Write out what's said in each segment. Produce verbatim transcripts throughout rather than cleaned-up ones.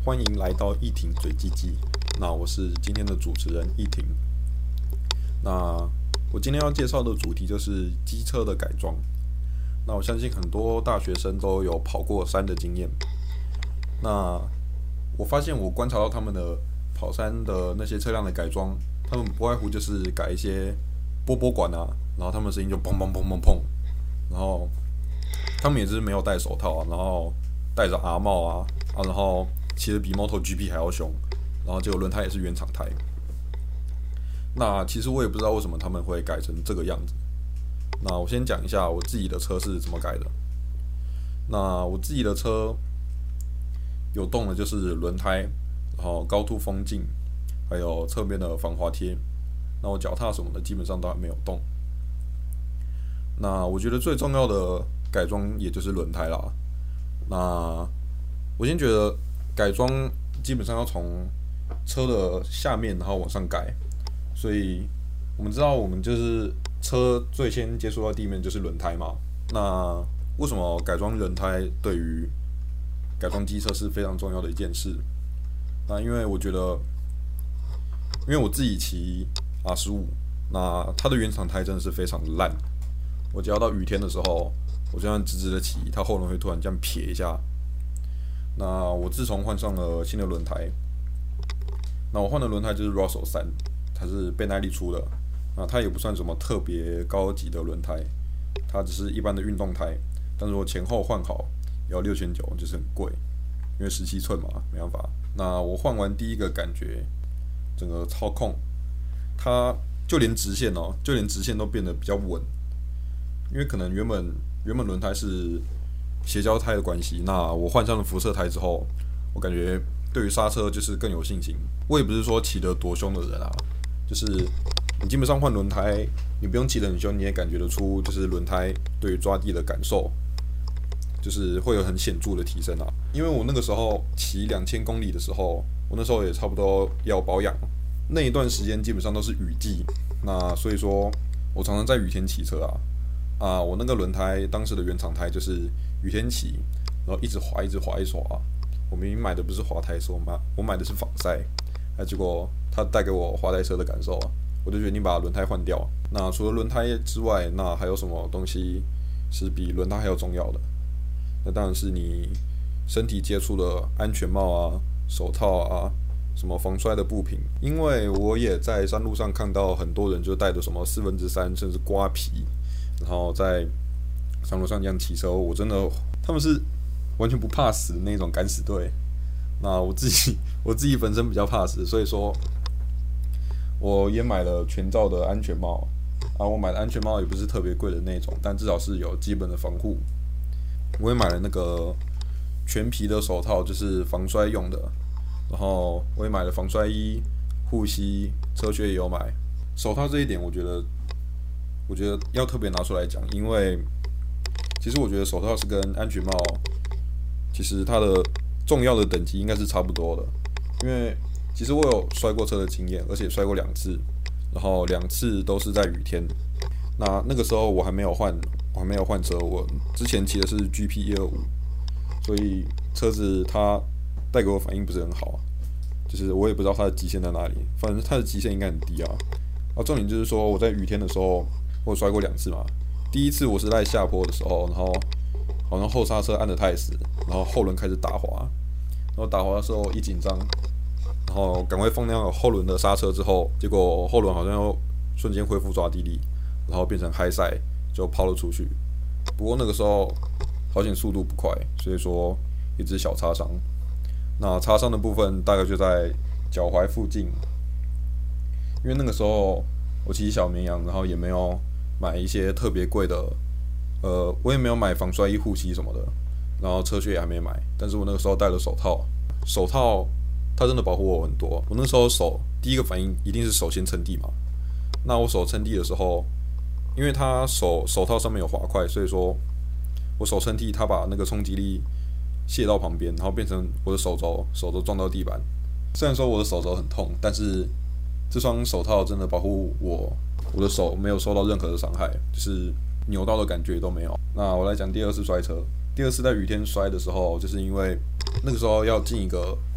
欢迎来到一婷嘴鸡鸡。那我是今天的主持人一婷。那我今天要介绍的主题就是机车的改装。那我相信很多大学生都有跑过山的经验。那我发现我观察到他们的跑山的那些车辆的改装，他们不外乎就是改一些波波管啊，然后他们的声音就砰砰砰砰砰，然后他们也是没有戴手套啊，然后戴着阿帽啊啊，然后骑得比 MotoGP 还要凶，然后结果轮胎也是原厂胎。那其实我也不知道为什么他们会改成这个样子。那我先讲一下我自己的车是怎么改的。那我自己的车有动的就是轮胎，然后高凸风镜，还有侧面的防滑贴。那我脚踏什么的基本上都还没有动。那我觉得最重要的改装也就是轮胎啦。那我先觉得改装基本上要从车的下面然后往上改，所以我们知道我们就是车最先接触到地面就是轮胎嘛。那为什么改装轮胎对于改装机车是非常重要的一件事？那因为我觉得，因为我自己骑 R 十五，那它的原厂胎真的是非常的烂。我只要到雨天的时候，我这样直直的骑，它后轮会突然这样撇一下。那我自从换上了新的轮胎，那我换的轮胎就是 Russell 三，它是倍耐力出的。那它也不算什么特别高级的轮胎，它只是一般的运动胎。但是我前后换好也要六千九，就是很贵，因为十七寸嘛，没办法。那我换完第一个感觉，整个操控，它就连直线哦，就连直线都变得比较稳。因为可能原本原本轮胎是斜胶胎的关系，那我换上了辐射胎之后，我感觉对于刹车就是更有信心。我也不是说骑得多凶的人啊，就是你基本上换轮胎，你不用骑得很凶，你也感觉得出就是轮胎对于抓地的感受，就是会有很显著的提升啊。因为我那个时候骑两千公里的时候，我那时候也差不多要保养，那一段时间基本上都是雨季，那所以说我常常在雨天骑车啊。啊，我那个轮胎当时的原厂胎就是雨天骑，然后一直滑，一直滑，一直滑。我明明买的不是滑胎，我买我买的是防晒，那结果它带给我滑胎车的感受啊，我就决定把轮胎换掉。那除了轮胎之外，那还有什么东西是比轮胎还要重要的？那当然是你身体接触的安全帽啊、手套啊、什么防摔的布品。因为我也在山路上看到很多人就带着什么四分之三甚至刮皮。然后在山路上这样骑车，我真的他们是完全不怕死的那种敢死队。那我自己我自己本身比较怕死，所以说我也买了全罩的安全帽啊。我买的安全帽也不是特别贵的那种，但至少是有基本的防护。我也买了那个全皮的手套，就是防摔用的。然后我也买了防摔衣、护膝，车靴也有买。手套这一点，我觉得。我觉得要特别拿出来讲，因为其实我觉得手套是跟安全帽，其实它的重要的等级应该是差不多的。因为其实我有摔过车的经验，而且摔过两次，然后两次都是在雨天。那那个时候我还没有换，我还没有换车，我之前骑的是 G P 一二五，所以车子它带给我反应不是很好，就是我也不知道它的极限在哪里，反正它的极限应该很低啊。啊，重点就是说我在雨天的时候。我摔过两次嘛，第一次我是在下坡的时候，然后好像后刹车按得太死，然后后轮开始打滑，然后打滑的时候一紧张，然后赶快放掉后轮的刹车之后，结果后轮好像又瞬间恢复抓地力，然后变成嗨赛就抛了出去。不过那个时候好险速度不快，所以说一直小擦伤。那擦伤的部分大概就在脚踝附近，因为那个时候我骑小绵羊，然后也没有买一些特别贵的，呃，我也没有买防摔衣、护膝什么的，然后车靴也还没买，但是我那个时候戴了手套，手套它真的保护我很多。我那时候手第一个反应一定是手先撑地嘛，那我手撑地的时候，因为它手手套上面有滑块，所以说我手撑地，它把那个冲击力卸到旁边，然后变成我的手肘手肘撞到地板。虽然说我的手肘很痛，但是这双手套真的保护我。我的手没有受到任何的伤害，就是扭到的感觉都没有。那我来讲第二次摔车，第二次在雨天摔的时候，就是因为那个时候要进一个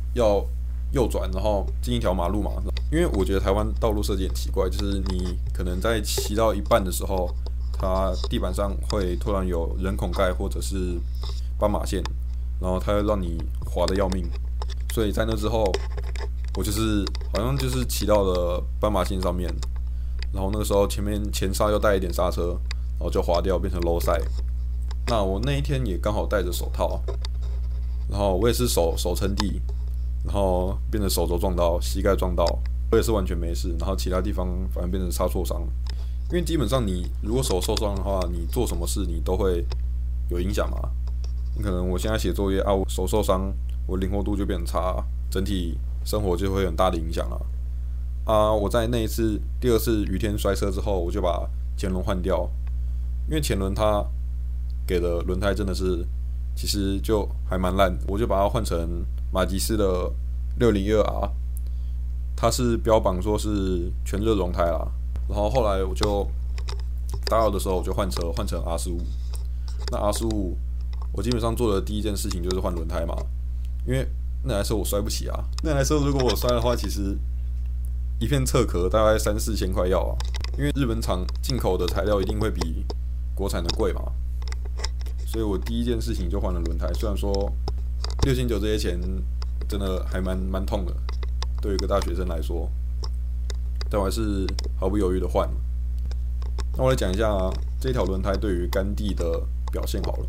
要右转，然后进一条马路嘛。因为我觉得台湾道路设计很奇怪，就是你可能在骑到一半的时候，它地板上会突然有人孔盖或者是斑马线，然后它会让你滑得要命。所以在那之后，我就是好像就是骑到了斑马线上面，然后那个时候前面前刹又带一点刹车，然后就滑掉变成 low side。那我那一天也刚好戴着手套，然后我也是手手撑地，然后变成手肘撞到，膝盖撞到，我也是完全没事，然后其他地方反而变成擦挫伤。因为基本上你如果手受伤的话，你做什么事你都会有影响嘛。你可能我现在写作业啊，我手受伤，我灵活度就变差，整体生活就会有很大的影响了。啊，我在那一次第二次雨天摔车之后，我就把前轮换掉，因为前轮它给的轮胎真的是其实就还蛮烂，我就把它换成马吉斯的六零一二 R， 它是标榜说是全热熔胎啦。然后后来我就大二的时候我就换车，换成 R 十五。那 R 十五我基本上做的第一件事情就是换轮胎嘛，因为那台车我摔不起啊。那台车如果我摔的话，其实一片侧壳大概三四千块要啊，因为日本厂进口的材料一定会比国产的贵嘛，所以我第一件事情就换了轮胎。虽然说六千九这些钱真的还蛮蛮痛的，对于一个大学生来说，但我还是毫不犹豫的换了。那我来讲一下这条轮胎对于干地的表现好了。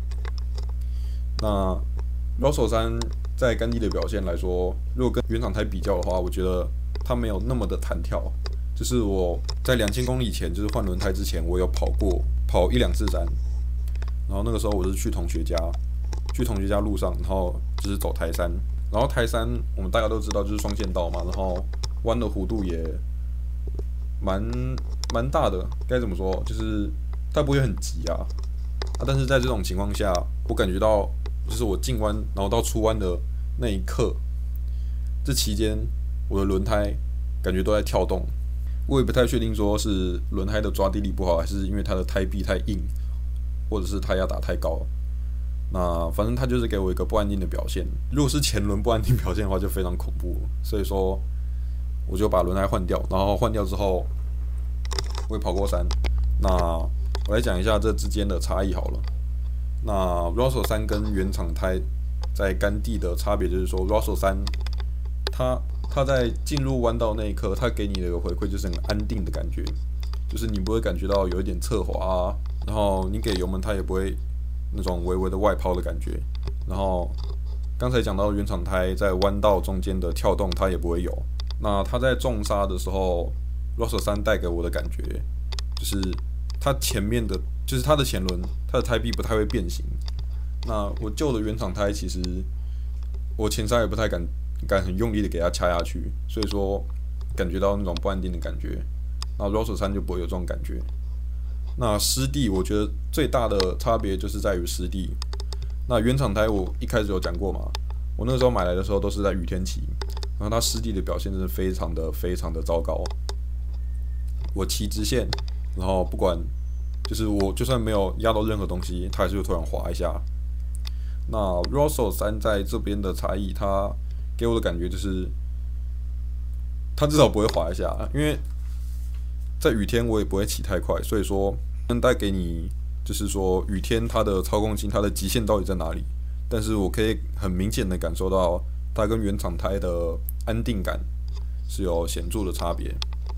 那 Rosso 三在干地的表现来说，如果跟原厂胎比较的话，我觉得它没有那么的弹跳。就是我在两千公里前，就是换轮胎之前，我有跑过跑一两次山，然后那个时候我是去同学家，去同学家路上，然后就是走台山，然后台山我们大家都知道就是双线道嘛，然后弯的弧度也蛮蛮大的，该怎么说，就是它不会很急啊，啊，但是在这种情况下，我感觉到就是我进弯然后到出弯的那一刻，这期间我的轮胎感觉都在跳动，我也不太确定说是轮胎的抓地力不好，还是因为它的胎壁太硬，或者是胎压打太高。那反正它就是给我一个不安定的表现。如果是前轮不安定表现的话，就非常恐怖了。所以说，我就把轮胎换掉，然后换掉之后，我也跑过山。那我来讲一下这之间的差异好了。那 Rosso 三跟原厂胎在干地的差别就是说 ，Rosso 三它它在进入弯道那一刻，它给你的一个回馈就是很安定的感觉，就是你不会感觉到有一点侧滑啊，然后你给油门它也不会那种微微的外抛的感觉，然后刚才讲到原厂胎在弯道中间的跳动它也不会有。那它在重刹的时候 ，Rosso 三带给我的感觉就是它前面的，就是它的前轮，它的胎壁不太会变形。那我旧的原厂胎其实我前刹也不太敢敢很用力的给它掐下去，所以说感觉到那种不安定的感觉。那 Rosso 三就不会有这种感觉。那湿地我觉得最大的差别就是在于湿地。那原厂胎我一开始有讲过嘛，我那个时候买来的时候都是在雨天骑，然后它湿地的表现真的非常的非常的糟糕。我骑直线，然后不管就是我就算没有压到任何东西，它还是会突然滑一下。那 Rosso 三在这边的差异，它给我的感觉就是它至少不会滑一下，因为在雨天我也不会骑太快，所以说能带给你就是说雨天它的操控性，它的极限到底在哪里？但是我可以很明显的感受到它跟原厂胎的安定感是有显著的差别。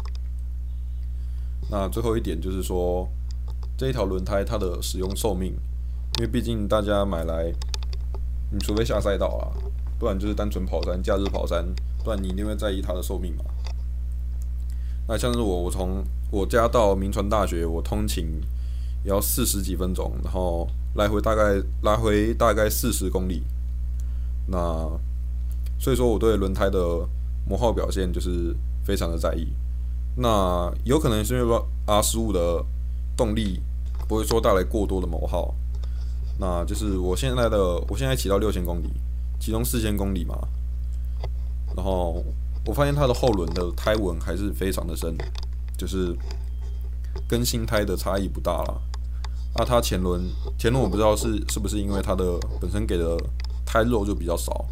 那最后一点就是说，这一条轮胎它的使用寿命，因为毕竟大家买来，你除非下赛道啊，不然就是单纯跑山、假日跑山，不然你一定会在意它的寿命嘛。那像是我，我从我家到铭传大学，我通勤也要四十几分钟，然后来回大概来回大概四十公里。那所以说我对轮胎的磨耗表现就是非常的在意。那有可能是因为 R 十五的动力不会说带来过多的磨耗。那就是我现在的，我现在骑到六千公里，其中四千公里嘛，然后我发现它的后轮的胎纹还是非常的深，就是跟新胎的差异不大啦。啊，它前轮前轮我不知道是是不是因为它的本身给的胎肉就比较少，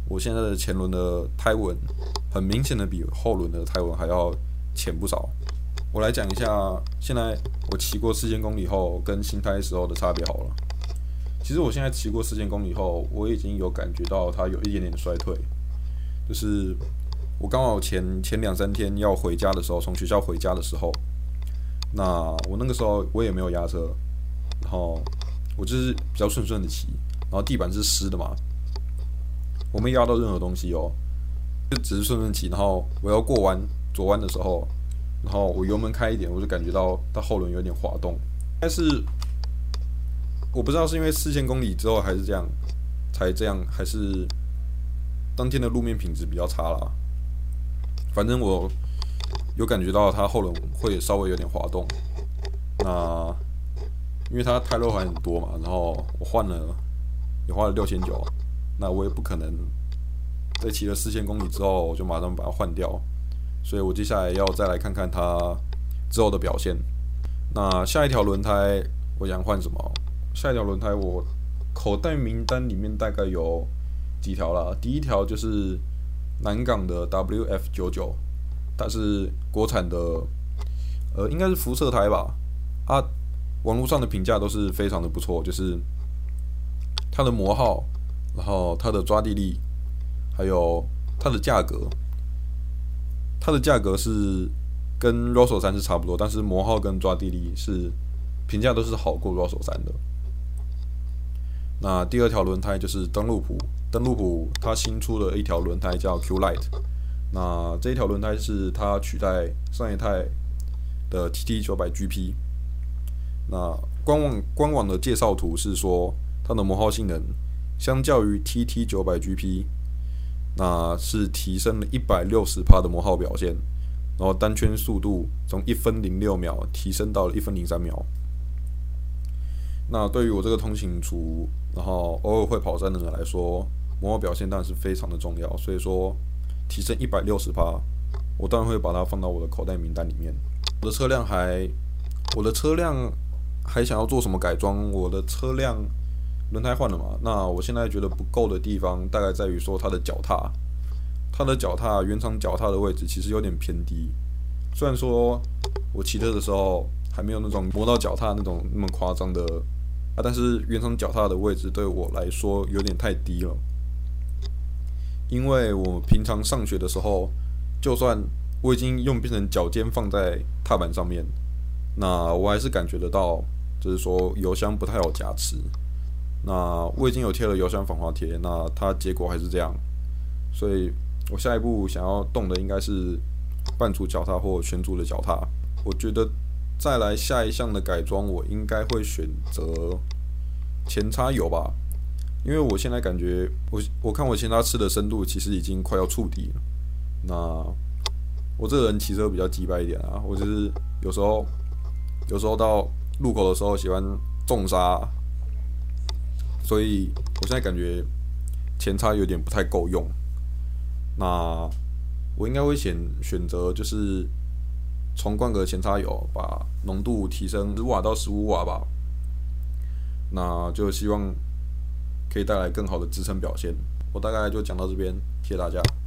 我现在的前轮的胎纹很明显的比后轮的胎纹还要浅不少。我来讲一下，现在我骑过四千公里后跟新胎时候的差别好了。其实我现在骑过四千公里后，我已经有感觉到它有一点点的衰退。就是我刚好前前两三天要回家的时候，从学校回家的时候，那我那个时候我也没有压车，然后我就是比较顺顺的骑，然后地板是湿的嘛，我没压到任何东西哦，就只是顺顺骑。然后我要过弯左弯的时候，然后我油门开一点，我就感觉到它后轮有点滑动，但是我不知道是因为四千公里之后还是这样才这样，还是当天的路面品质比较差啦。反正我有感觉到它后轮会稍微有点滑动。那因为它胎肉还很多嘛，然后我换了也花了六千九，那我也不可能在骑了四千公里之后我就马上把它换掉，所以我接下来要再来看看它之后的表现。那下一条轮胎我想换什么？下一条轮胎我口袋名单里面大概有几条啦。第一条就是南港的 W F 九九，它是国产的，呃，应该是辐射胎吧。啊，网络上的评价都是非常的不错，就是它的磨耗，然后它的抓地力，还有它的价格。它的价格是跟 Rosso 三是差不多，但是磨耗跟抓地力是评价都是好过 Rosso 三的。那第二条轮胎就是登陆普，登陆普它新出了一条轮胎叫 Q Light， 那这一条轮胎是它取代上一代的 T T 九百 G P。那官网官网的介绍图是说，它的磨耗性能相较于 T T 九百 G P， 那是提升了 百分之一百六十 的磨耗表现，然后单圈速度从一分零六秒提升到了一分零三秒。那对于我这个通勤族，然后偶尔会跑山的人来说，磨耗表现当然是非常的重要。所以说，提升 百分之一百六十， 我当然会把它放到我的口袋名单里面。我的车辆还，我的车辆还想要做什么改装？我的车辆轮胎换了嘛？那我现在觉得不够的地方，大概在于说它的脚踏，它的脚踏原厂脚踏的位置其实有点偏低。虽然说我骑车的时候还没有那种磨到脚踏那种那么夸张的。啊，但是原厂脚踏的位置对我来说有点太低了，因为我平常上学的时候，就算我已经用变成脚尖放在踏板上面，那我还是感觉得到，就是说油箱不太有夹持。那我已经有贴了油箱防滑贴，那它结果还是这样，所以我下一步想要动的应该是半组脚踏或全组的脚踏。我觉得。再来下一项的改装，我应该会选择前叉油吧，因为我现在感觉我我看我前叉刺的深度其实已经快要触底了。那我这个人骑车比较鸡掰一点啊，我就是有时候有时候到路口的时候喜欢重刹，所以我现在感觉前叉有点不太够用。那我应该会选选择就是。重灌个前叉油，把浓度提升十瓦到十五瓦吧。那就希望可以带来更好的支撑表现。我大概就讲到这边，谢谢大家。